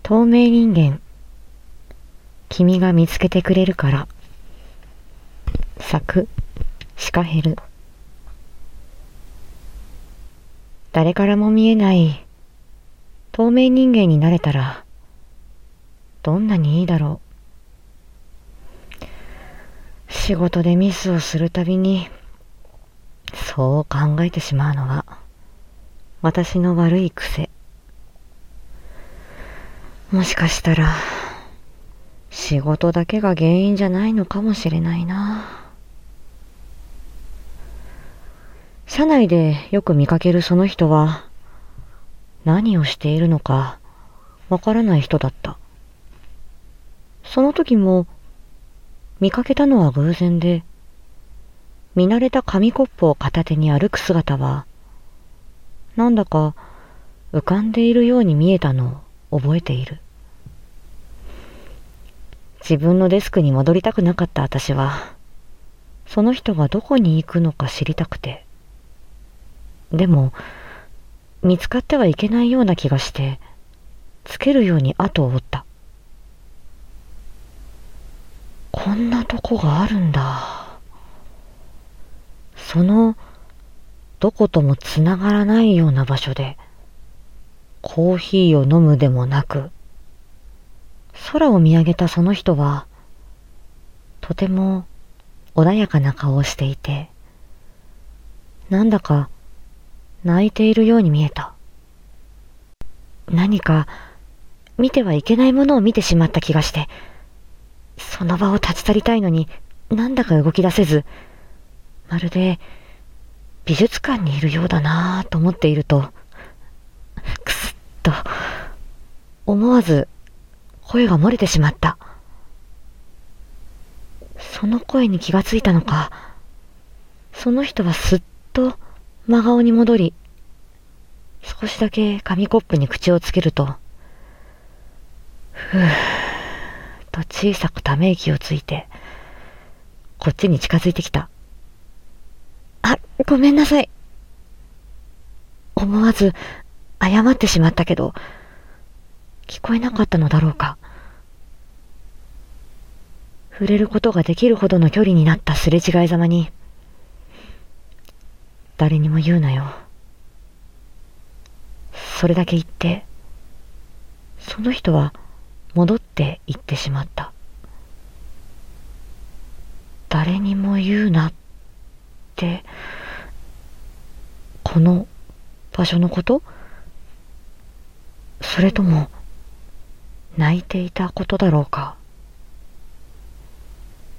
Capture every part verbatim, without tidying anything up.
透明人間、君が見つけてくれるから。作、シカヘル。誰からも見えない透明人間になれたらどんなにいいだろう。仕事でミスをするたびにそう考えてしまうのは私の悪い癖。もしかしたら仕事だけが原因じゃないのかもしれないな。社内でよく見かけるその人は何をしているのかわからない人だった。その時も見かけたのは偶然で、見慣れた紙コップを片手に歩く姿はなんだか浮かんでいるように見えたのを覚えている。自分のデスクに戻りたくなかった私は、その人がどこに行くのか知りたくて、でも見つかってはいけないような気がして、つけるように後を追った。こんなとこがあるんだ。そのどこともつながらないような場所でコーヒーを飲むでもなく、空を見上げたその人はとても穏やかな顔をしていて、なんだか泣いているように見えた。何か見てはいけないものを見てしまった気がして、その場を立ち去りたいのになんだか動き出せず、まるで美術館にいるようだなぁと思っていると、くすっと思わず声が漏れてしまった。その声に気がついたのか、その人はすっと真顔に戻り、少しだけ紙コップに口をつけると、ふぅと小さくため息をついて、こっちに近づいてきた。あ、ごめんなさい。思わず謝ってしまったけど、聞こえなかったのだろうか。触れることができるほどの距離になったすれ違いざまに、誰にも言うなよ。それだけ言って、その人は戻って行ってしまった。誰にも言うなって、この場所のこと？それとも泣いていたことだろうか。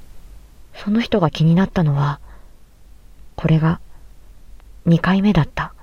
その人が気になったのは、これがにかいめだった。